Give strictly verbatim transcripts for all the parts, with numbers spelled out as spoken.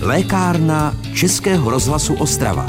Lékárna Českého rozhlasu Ostrava.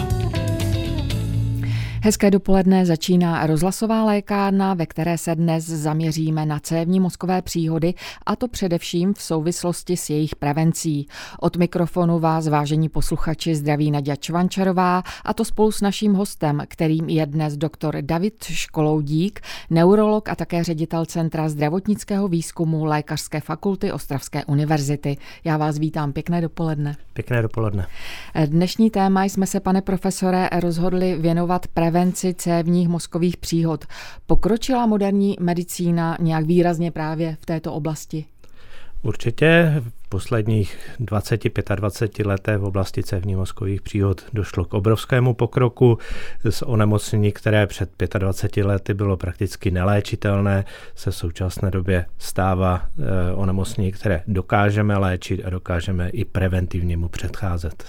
Hezké dopoledne, začíná rozhlasová lékárna, ve které se dnes zaměříme na cévní mozkové příhody, a to především v souvislosti s jejich prevencí. Od mikrofonu vás, vážení posluchači, zdraví Naďa Čvančarová, a to spolu s naším hostem, kterým je dnes doktor David Školoudík, neurolog a také ředitel Centra zdravotnického výzkumu Lékařské fakulty Ostravské univerzity. Já vás vítám, pěkné dopoledne. Pěkné dopoledne. Dnešní téma jsme se, pane profesore, rozhodli věnovat prevenci cévních mozkových příhod. Pokročila moderní medicína nějak výrazně právě v této oblasti? Určitě v posledních dvacet až dvacet pět letech v oblasti cévních mozkových příhod došlo k obrovskému pokroku. Z onemocnění, které před dvaceti pěti lety bylo prakticky neléčitelné, se v současné době stává e, onemocnění, které dokážeme léčit a dokážeme i preventivně mu předcházet.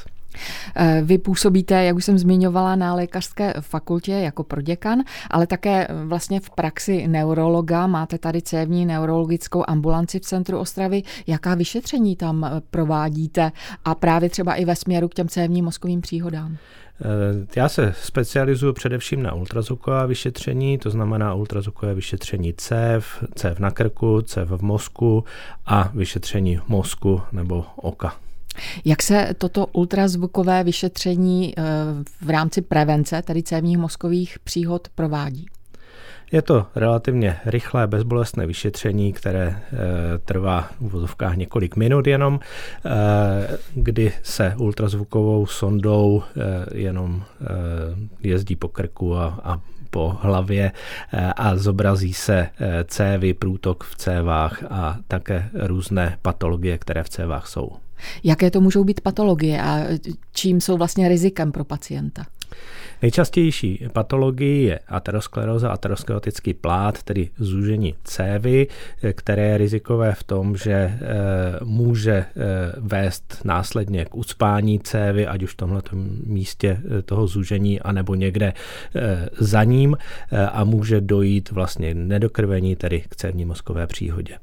Vy působíte, jak už jsem zmiňovala, na lékařské fakultě jako proděkan, ale také vlastně v praxi neurologa. Máte tady cévní neurologickou ambulanci v centru Ostravy. Jaká vyšetření tam provádíte a právě třeba i ve směru k těm cévním mozkovým příhodám? Já se specializuju především na ultrazvuková vyšetření, to znamená ultrazvukové vyšetření cév, cév na krku, cév v mozku a vyšetření mozku nebo oka. Jak se toto ultrazvukové vyšetření v rámci prevence, tedy cévních mozkových příhod, provádí? Je to relativně rychlé, bezbolestné vyšetření, které e, trvá v uvozovkách několik minut jenom, e, kdy se ultrazvukovou sondou e, jenom e, jezdí po krku a, a po hlavě e, a zobrazí se e, cévy, průtok v cévách a také různé patologie, které v cévách jsou. Jaké to můžou být patologie a čím jsou vlastně rizikem pro pacienta? Nejčastější patologií je ateroskleróza, aterosklerotický plád, tedy zúžení cévy, které je rizikové v tom, že e, může e, vést následně k ucpání cévy, ať už v tomto místě toho zúžení, anebo někde e, za ním, e, a může dojít vlastně nedokrvení, tedy k cévní mozkové příhodě.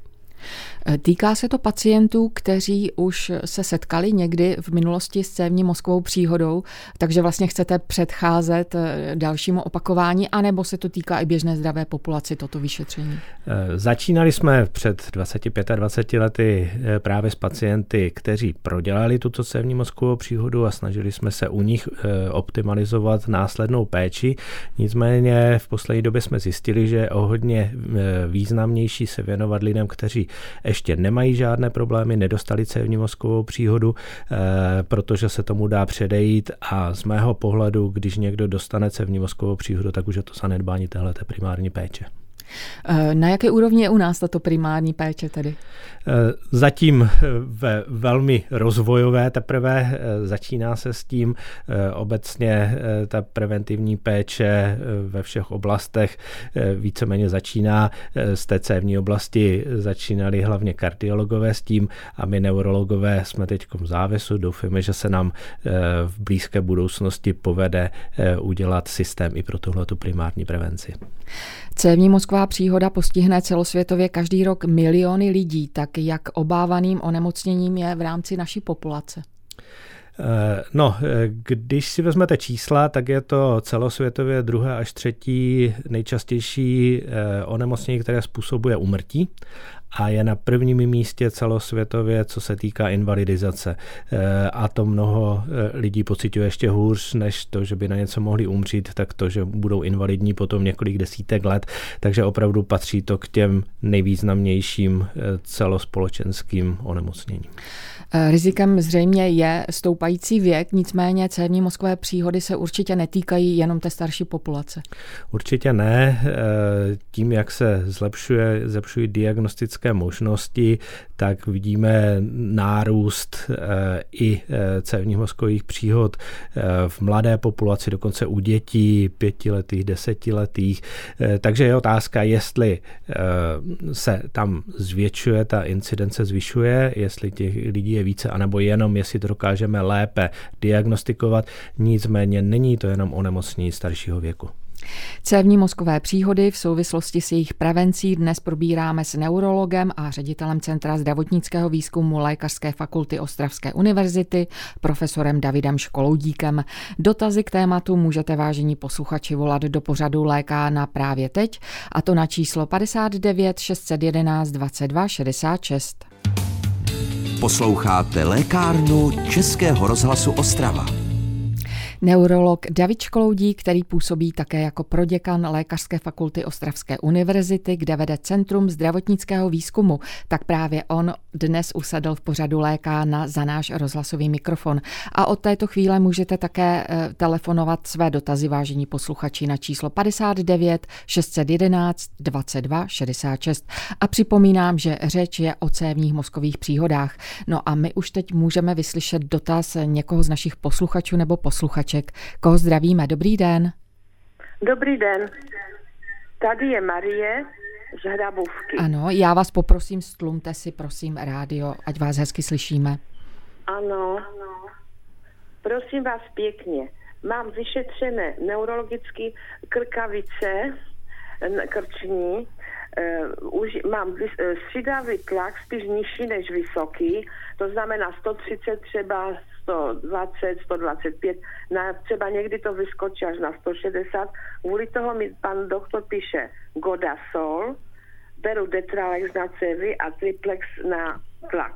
Týká se to pacientů, kteří už se setkali někdy v minulosti s cévní mozkovou příhodou, takže vlastně chcete předcházet dalšímu opakování, anebo se to týká i běžné zdravé populaci, toto vyšetření? Začínali jsme před dvaceti pěti až dvaceti lety právě s pacienty, kteří prodělali tuto cévní mozkovou příhodu a snažili jsme se u nich optimalizovat následnou péči. Nicméně v poslední době jsme zjistili, že je o hodně významnější se věnovat lidem, kteří ještě nemají žádné problémy, nedostali cévní mozkovou příhodu, eh, protože se tomu dá předejít, a z mého pohledu, když někdo dostane cévní mozkovou příhodu, tak už je to zanedbání téhleté primární péče. Na jaké úrovni je u nás tato primární péče tedy? Zatím ve velmi rozvojové teprve, začíná se s tím. Obecně ta preventivní péče ve všech oblastech víceméně začíná. Z té cévní oblasti začínali hlavně kardiologové s tím a my neurologové jsme teď v závěsu. Doufáme, že se nám v blízké budoucnosti povede udělat systém i pro tuhletu primární prevenci. Cévní mozková příhoda postihne celosvětově každý rok miliony lidí, tak jak obávaným onemocněním je v rámci naší populace? No, když si vezmete čísla, tak je to celosvětově druhé až třetí nejčastější onemocnění, které způsobuje úmrtí, a je na prvním místě celosvětově, co se týká invalidizace. A to mnoho lidí pociťuje ještě hůř, než to, že by na něco mohli umřít, tak to, že budou invalidní potom několik desítek let. Takže opravdu patří to k těm nejvýznamnějším celospolečenským onemocněním. Rizikem zřejmě je stoupající věk, nicméně cévní mozkové příhody se určitě netýkají jenom té starší populace. Určitě ne. Tím, jak se zlepšuje, zlepšují diagnostické možnosti, tak vidíme nárůst i cévních mozkových příhod v mladé populaci, dokonce u dětí, pětiletých, desetiletých. Takže je otázka, jestli se tam zvětšuje, ta incidence zvyšuje, jestli těch lidí je více, anebo jenom jestli to dokážeme lépe diagnostikovat. Nicméně není to jenom onemocnění staršího věku. Cévní mozkové příhody v souvislosti s jejich prevencí dnes probíráme s neurologem a ředitelem Centra zdravotnického výzkumu Lékařské fakulty Ostravské univerzity, profesorem Davidem Školoudíkem. Dotazy k tématu můžete, vážení posluchači, volat do pořadu Lékárna právě teď, a to na číslo padesát devět šest set jedenáct dvacet dva šedesát šest. Posloucháte Lékárnu Českého rozhlasu Ostrava. Neurolog David Školoudík, který působí také jako proděkan Lékařské fakulty Ostravské univerzity, kde vede Centrum zdravotnického výzkumu, tak právě on dnes usedl v pořadu Lékárna za náš rozhlasový mikrofon. A od této chvíle můžete také telefonovat své dotazy, vážení posluchači, na číslo padesát devět šest set jedenáct dvacet dva šedesát šest. A připomínám, že řeč je o cévních mozkových příhodách. No a my už teď můžeme vyslyšet dotaz někoho z našich posluchačů nebo posluchačů. Koho zdravíme? Dobrý den. Dobrý den. Tady je Marie z Hrabůvky. Ano, já vás poprosím, stlumte si prosím rádio, ať vás hezky slyšíme. Ano. Prosím vás pěkně. Mám vyšetřené neurologické krkavice krční. Uh, už mám uh, střídavý tlak spíš nižší než vysoký, to znamená sto třicet, třeba sto dvacet, sto dvacet pět, na, třeba někdy to vyskočí až na sto šedesát. Kvůli toho mi pan doktor píše Godasol, beru Detralex na cévy a Triplex na tlak.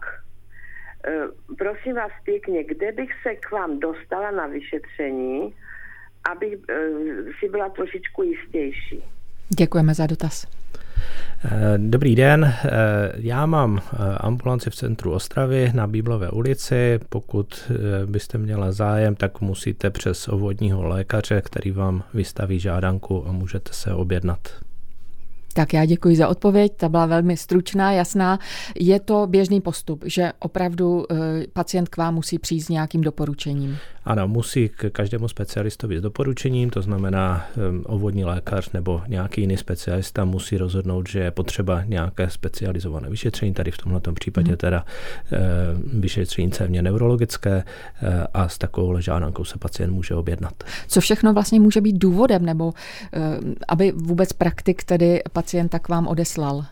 Uh, prosím vás pěkně, kde bych se k vám dostala na vyšetření, abych uh, si byla trošičku jistější. Děkujeme za dotaz. Dobrý den, já mám ambulanci v centru Ostravy na Bíblové ulici. Pokud byste měla zájem, tak musíte přes obvodního lékaře, který vám vystaví žádanku a můžete se objednat. Tak já děkuji za odpověď, ta byla velmi stručná, jasná. Je to běžný postup, že opravdu pacient k vám musí přijít s nějakým doporučením? Ano, musí k každému specialistovi s doporučením, to znamená obvodní lékař nebo nějaký jiný specialista musí rozhodnout, že je potřeba nějaké specializované vyšetření, tady v tomto případě hmm. teda vyšetření cévně neurologické, a s takovou žádankou se pacient může objednat. Co všechno vlastně může být důvodem, nebo aby vůbec praktik tedy pacienta k vám odeslal?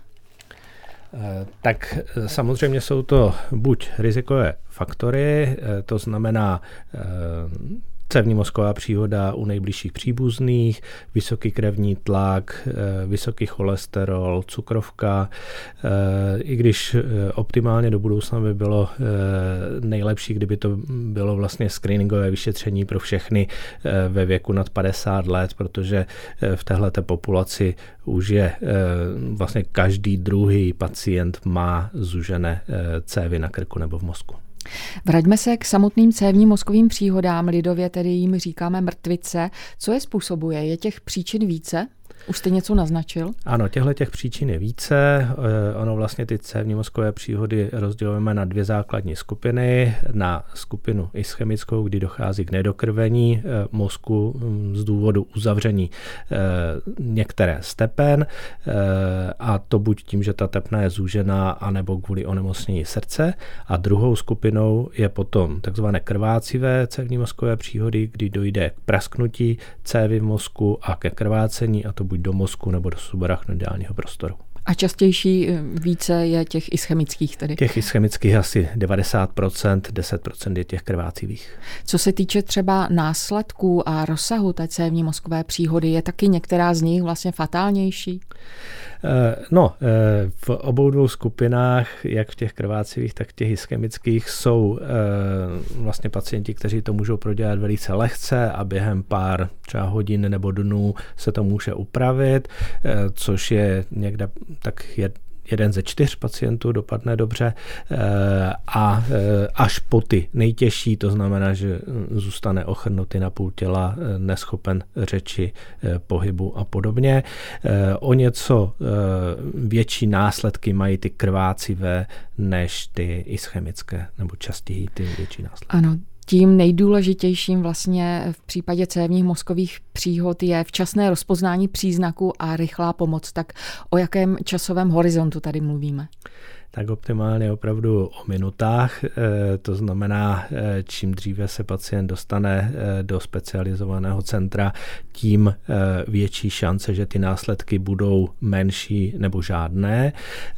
Tak samozřejmě jsou to buď rizikové faktory, to znamená cévní mozková příhoda u nejbližších příbuzných, vysoký krevní tlak, vysoký cholesterol, cukrovka. I když optimálně do budoucna by bylo nejlepší, kdyby to bylo vlastně screeningové vyšetření pro všechny ve věku nad padesát let, protože v téhleté populaci už je vlastně každý druhý pacient má zúžené cévy na krku nebo v mozku. Vraťme se k samotným cévním mozkovým příhodám, lidově tedy jim říkáme mrtvice. Co je způsobuje? Je těch příčin více? Už jste něco naznačil? Ano, těchto těch příčin je více. Ono vlastně ty cévní mozkové příhody rozdělujeme na dvě základní skupiny. Na skupinu ischemickou, kdy dochází k nedokrvení mozku z důvodu uzavření některé z tepen, a to buď tím, že ta tepna je zúžená, anebo kvůli onemocnění srdce. A druhou skupinou je potom takzvané krvácivé cévní mozkové příhody, kdy dojde k prasknutí cévy v mozku a ke krvácení, a to buď do mozku nebo do subarachnoidálního prostoru. A častější více je těch ischemických tedy? Těch ischemických asi devadesát procent, deset procent je těch krvácivých. Co se týče třeba následků a rozsahu té cévní mozkové příhody, je taky některá z nich vlastně fatálnější? No, v obou dvou skupinách, jak v těch krvácivých, tak v těch ischemických, jsou vlastně pacienti, kteří to můžou prodělat velice lehce a během pár třeba hodin nebo dnů se to může upravit, což je někde tak je jeden ze čtyř pacientů dopadne dobře, a až po ty nejtěžší, to znamená, že zůstane ochrnutý na půl těla, neschopen řeči, pohybu a podobně. O něco větší následky mají ty krvácivé než ty ischemické, nebo častěji ty větší následky. Ano. Tím nejdůležitějším vlastně v případě cévních mozkových příhod je včasné rozpoznání příznaků a rychlá pomoc. Tak o jakém časovém horizontu tady mluvíme? Tak optimálně opravdu o minutách, to znamená, čím dříve se pacient dostane do specializovaného centra, tím větší šance, že ty následky budou menší nebo žádné.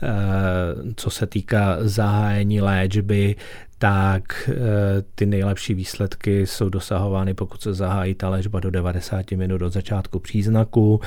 Co se týká zahájení léčby, tak ty nejlepší výsledky jsou dosahovány, pokud se zahájí ta léčba do devadesát minut od začátku příznaku.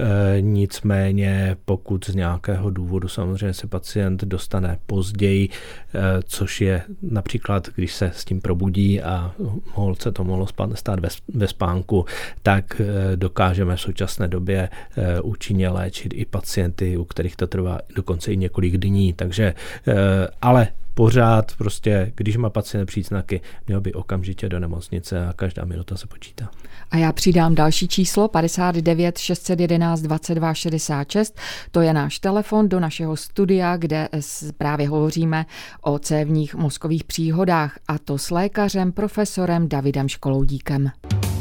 Nicméně, pokud z nějakého důvodu samozřejmě se pacient dostane později, což je například, když se s tím probudí a holce to mohlo stát ve spánku, tak dokážeme v současné době účinně léčit i pacienty, u kterých to trvá dokonce i několik dní. Takže, ale pořád prostě, když má pacient příznaky, měl by okamžitě do nemocnice a každá minuta se počítá. A já přidám další číslo padesát devět šest set jedenáct dvacet dva šedesát šest. To je náš telefon do našeho studia, kde právě hovoříme o cévních mozkových příhodách, a to s lékařem profesorem Davidem Školoudíkem.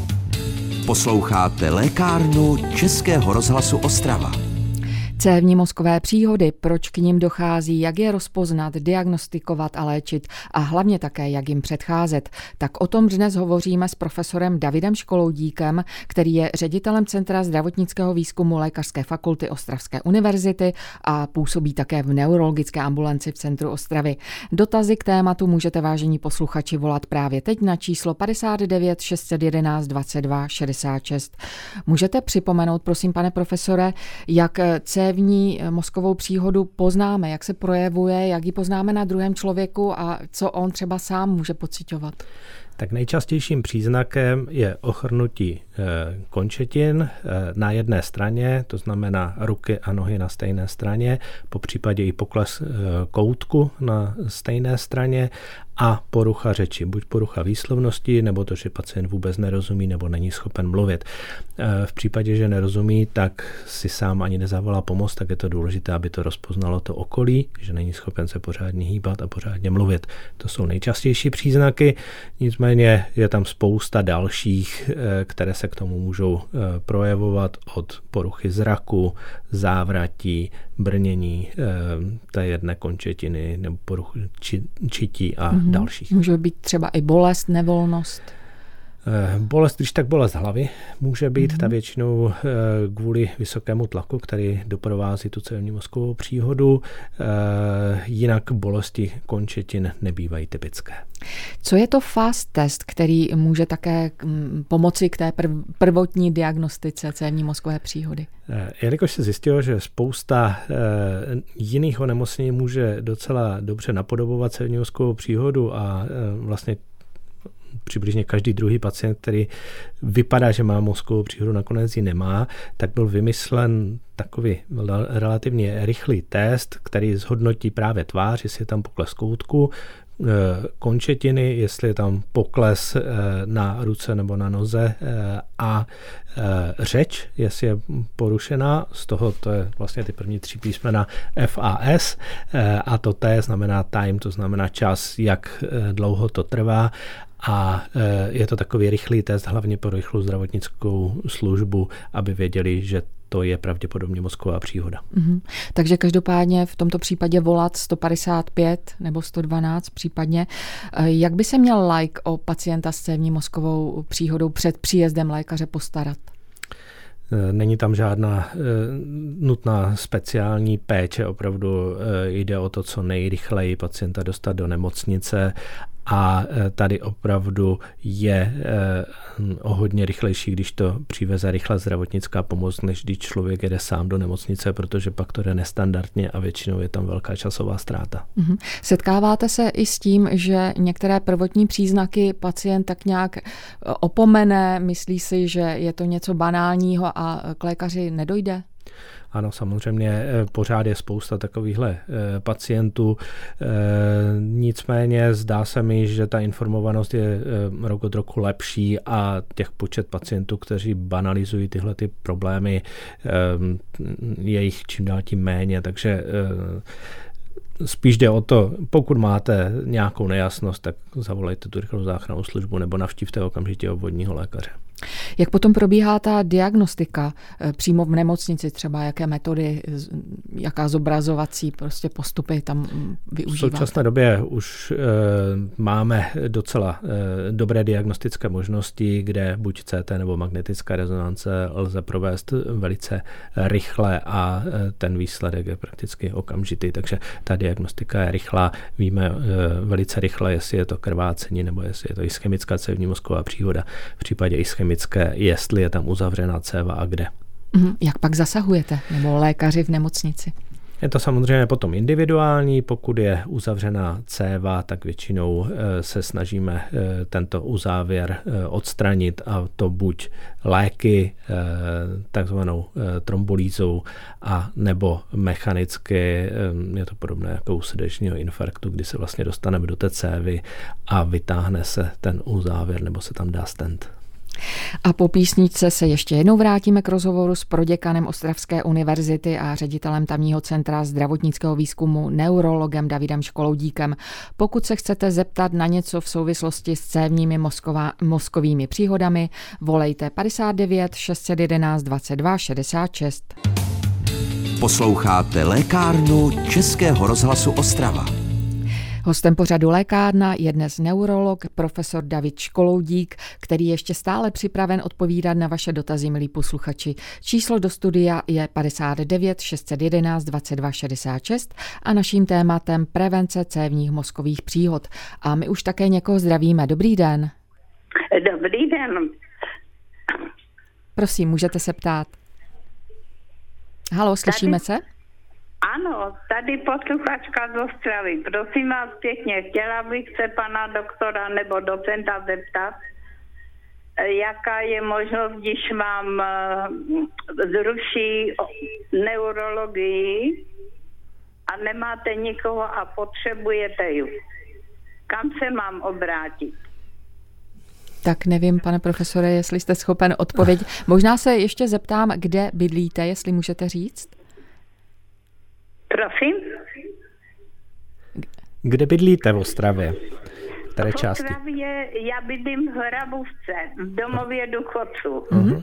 Posloucháte lékárnu Českého rozhlasu Ostrava. Cévní mozkové příhody, proč k nim dochází, jak je rozpoznat, diagnostikovat a léčit a hlavně také, jak jim předcházet. Tak o tom dnes hovoříme s profesorem Davidem Školoudíkem, který je ředitelem Centra zdravotnického výzkumu Lékařské fakulty Ostravské univerzity a působí také v neurologické ambulanci v centru Ostravy. Dotazy k tématu můžete, vážení posluchači, volat právě teď na číslo padesát devět šest set jedenáct dvacet dva šedesát šest. Můžete připomenout, prosím, pane profesore, jak cévní mozkovou příhodu poznáme, jak se projevuje, jak ji poznáme na druhém člověku a co on třeba sám může pociťovat? Tak nejčastějším příznakem je ochrnutí končetin na jedné straně, to znamená ruky a nohy na stejné straně, popřípadě i pokles koutku na stejné straně a porucha řeči. Buď porucha výslovnosti, nebo to, že pacient vůbec nerozumí nebo není schopen mluvit. V případě, že nerozumí, tak si sám ani nezavolá pomoc, tak je to důležité, aby to rozpoznalo to okolí, že není schopen se pořádně hýbat a pořádně mluvit. To jsou nejčastější příznaky, nicméně je tam spousta dalších, které se k tomu můžou projevovat, od poruchy zraku, závratí, brnění té jedné končetiny nebo poruchy či, čití a mm-hmm. dalších. Může být třeba i bolest, nevolnost? Bolest, když tak bolest hlavy může být, mm-hmm. ta většinou kvůli vysokému tlaku, který doprovází tu cévní mozkovou příhodu. Jinak bolesti končetin nebývají typické. Co je to fast test, který může také pomoci k té prvotní diagnostice cévní mozkové příhody? Jelikož se zjistilo, že spousta jiných onemocnění může docela dobře napodobovat cévní mozkovou příhodu a vlastně přibližně každý druhý pacient, který vypadá, že má mozkovou příhodu, nakonec ji nemá, tak byl vymyslen takový relativně rychlý test, který zhodnotí právě tvář, jestli je tam pokles koutku, končetiny, jestli je tam pokles na ruce nebo na noze a řeč, jestli je porušená, z toho to je vlastně ty první tři písmena F A S a to T znamená time, to znamená čas, jak dlouho to trvá. A je to takový rychlý test, hlavně pro rychlou zdravotnickou službu, aby věděli, že to je pravděpodobně mozková příhoda. Mm-hmm. Takže každopádně v tomto případě volat sto padesát pět nebo sto dvanáct případně. Jak by se měl laik o pacienta s cévní mozkovou příhodou před příjezdem lékaře postarat? Není tam žádná e, nutná speciální péče, opravdu e, jde o to, co nejrychleji pacienta dostat do nemocnice a e, tady opravdu je e, o hodně rychlejší, když to přiveze rychle zdravotnická pomoc, než když člověk jede sám do nemocnice, protože pak to jde nestandardně a většinou je tam velká časová ztráta. Mm-hmm. Setkáváte se i s tím, že některé prvotní příznaky pacient tak nějak opomene, myslí si, že je to něco banálního a k lékaři nedojde? Ano, samozřejmě pořád je spousta takovýchhle pacientů, nicméně zdá se mi, že ta informovanost je rok od roku lepší a těch počet pacientů, kteří banalizují tyhle ty problémy, je jich čím dál tím méně, takže spíš jde o to, pokud máte nějakou nejasnost, tak zavolejte tu rychlou záchrannou službu nebo navštívte okamžitě obvodního lékaře. Jak potom probíhá ta diagnostika přímo v nemocnici, třeba jaké metody, jaká zobrazovací prostě postupy tam využíváte? V současné době už e, máme docela e, dobré diagnostické možnosti, kde buď C T nebo magnetická rezonance lze provést velice rychle a e, ten výsledek je prakticky okamžitý, takže ta diagnostika je rychlá. Víme e, velice rychle, jestli je to krvácení nebo jestli je to ischemická cévní mozková příhoda. V případě ischemické, jestli je tam uzavřená céva a kde. Jak pak zasahujete, nebo lékaři v nemocnici? Je to samozřejmě potom individuální, pokud je uzavřená céva, tak většinou se snažíme tento uzávěr odstranit a to buď léky, takzvanou trombolýzou, a nebo mechanicky, je to podobné jako u srdečního infarktu, kdy se vlastně dostaneme do té cévy a vytáhne se ten uzávěr nebo se tam dá stent. A po písničce se ještě jednou vrátíme k rozhovoru s proděkanem Ostravské univerzity a ředitelem tamního centra zdravotnického výzkumu neurologem Davidem Školoudíkem. Pokud se chcete zeptat na něco v souvislosti s cévními mozková, mozkovými příhodami, volejte padesát devět šest set jedenáct dvacet dva šedesát šest. Posloucháte lékárnu Českého rozhlasu Ostrava. Hostem pořadu Lékárna je dnes neurolog profesor David Školoudík, který je ještě stále připraven odpovídat na vaše dotazy, milí posluchači. Číslo do studia je padesát devět šest set jedenáct dvacet dva šedesát šest a naším tématem prevence cévních mozkových příhod. A my už také někoho zdravíme. Dobrý den. Dobrý den. Prosím, můžete se ptát. Halo, slyšíme Tady... se? Ano, tady posluchačka z Ostravy. Prosím vás pěkně, chtěla bych se pana doktora nebo docenta zeptat, jaká je možnost, když mám zruší neurologii a nemáte nikoho a potřebujete ji. Kam se mám obrátit? Tak nevím, pane profesore, jestli jste schopen odpovědět. Možná se ještě zeptám, kde bydlíte, jestli můžete říct? Prosím? Kde bydlíte v Ostravě? V které části? V Ostravě já bydlím v Hrabůvce, v domově důchodců. Mm-hmm.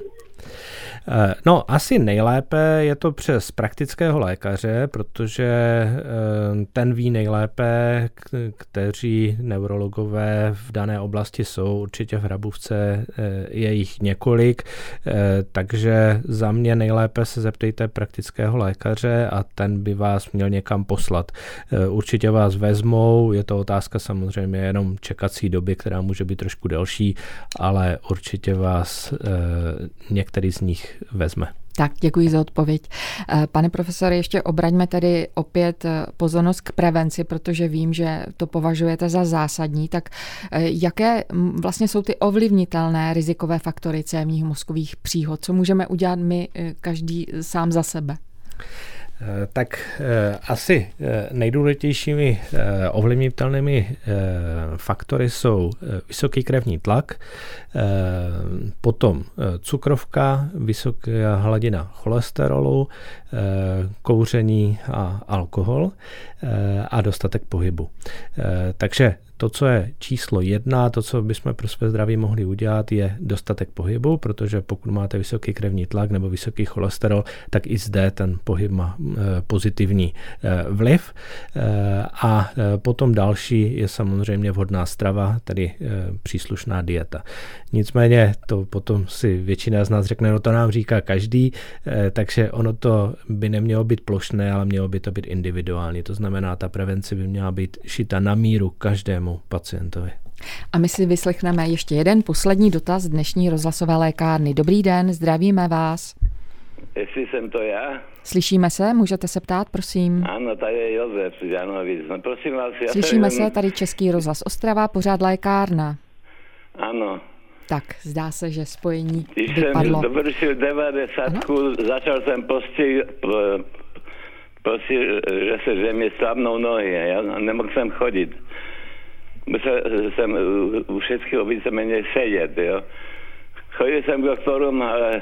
No, asi nejlépe je to přes praktického lékaře, protože ten ví nejlépe, kteří neurologové v dané oblasti jsou. Určitě v Hrabůvce je jich několik, takže za mě nejlépe se zeptejte praktického lékaře a ten by vás měl někam poslat. Určitě vás vezmou, je to otázka samozřejmě jenom čekací doby, která může být trošku delší, ale určitě vás některý z nich vezme. Tak, děkuji za odpověď. Pane profesore, ještě obraťme tedy opět pozornost k prevenci, protože vím, že to považujete za zásadní. Tak jaké vlastně jsou ty ovlivnitelné rizikové faktory cévních mozkových příhod? Co můžeme udělat my každý sám za sebe? Tak asi nejdůležitějšími ovlivnitelnými faktory jsou vysoký krevní tlak, potom cukrovka, vysoká hladina cholesterolu, kouření a alkohol a dostatek pohybu. Takže to, co je číslo jedna, to, co bychom pro své zdraví mohli udělat, je dostatek pohybu, protože pokud máte vysoký krevní tlak nebo vysoký cholesterol, tak i zde ten pohyb má pozitivní vliv. A potom další je samozřejmě vhodná strava, tedy příslušná dieta. Nicméně to potom si většina z nás řekne, no to nám říká každý, takže ono to by nemělo být plošné, ale mělo by to být individuální. To znamená, ta prevence by měla být šita na míru každému pacientovi. A my si vyslechneme ještě jeden poslední dotaz dnešní rozhlasové lékárny. Dobrý den, zdravíme vás. Jestli jsem to já? Slyšíme se, můžete se ptát, prosím. Ano, tady je Josef z Janovic. No, prosím vás, já Slyšíme jsem... se, tady Český rozhlas Ostrava, pořád lékárna. Ano. Tak, zdá se, že spojení Když vypadlo. jsem dovršil devadesátku, začal jsem posti, posti, že se, že mě slabnou nohy. Já nemohl jsem chodit. Musel jsem u všetkého víceméně sedět, jo. Chodil jsem k doktorům, ale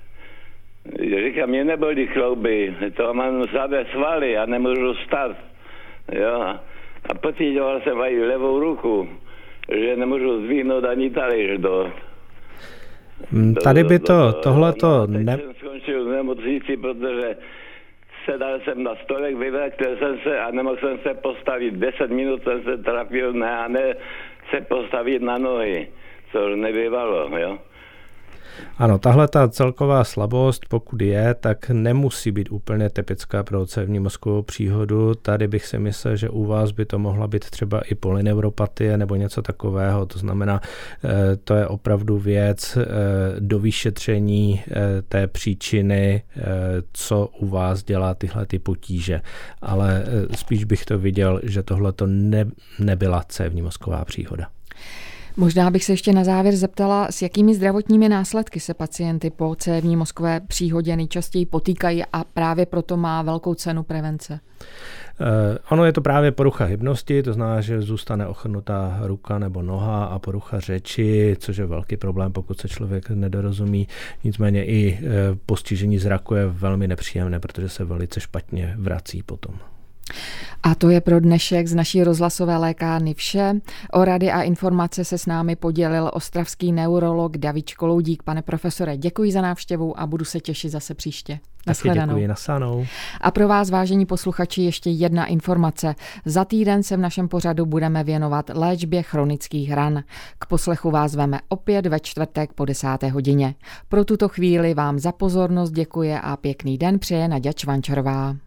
říkám, mě nebolí klouby, to mám slabé svaly, já nemůžu stát, jo. A pocítil jsem i levou ruku, že nemůžu zdvihnout ani talíř do... Tady by to, tohleto no, ne... jsem skončil v nemocnici, protože sedal jsem na stolek, vyvrátil jsem se a nemohl jsem se postavit. Deset minut jsem se trafil ne a ne se postavit na nohy, což nebývalo, jo. Ano, tahle ta celková slabost, pokud je, tak nemusí být úplně typická pro cévní mozkovou příhodu. Tady bych si myslel, že u vás by to mohla být třeba i polyneuropatie nebo něco takového. To znamená, to je opravdu věc do vyšetření té příčiny, co u vás dělá tyhle ty potíže. Ale spíš bych to viděl, že tohle to ne, nebyla cévní mozková příhoda. Možná bych se ještě na závěr zeptala, s jakými zdravotními následky se pacienty po cévní mozkové příhodě nejčastěji potýkají a právě proto má velkou cenu prevence. Uh, ono je to právě porucha hybnosti, to znamená, že zůstane ochrnutá ruka nebo noha a porucha řeči, což je velký problém, pokud se člověk nedorozumí. Nicméně i uh, postižení zraku je velmi nepříjemné, protože se velice špatně vrací potom. A to je pro dnešek z naší rozhlasové lékárny vše. O rady a informace se s námi podělil ostravský neurolog David Školoudík. Pane profesore, děkuji za návštěvu a budu se těšit zase příště. Nashledanou. Děkuji, nasanou. A pro vás, vážení posluchači, ještě jedna informace. Za týden se v našem pořadu budeme věnovat léčbě chronických ran. K poslechu vás veme opět ve čtvrtek po desáté hodině. Pro tuto chvíli vám za pozornost děkuje a pěkný den přeje Naďa Čvančarová.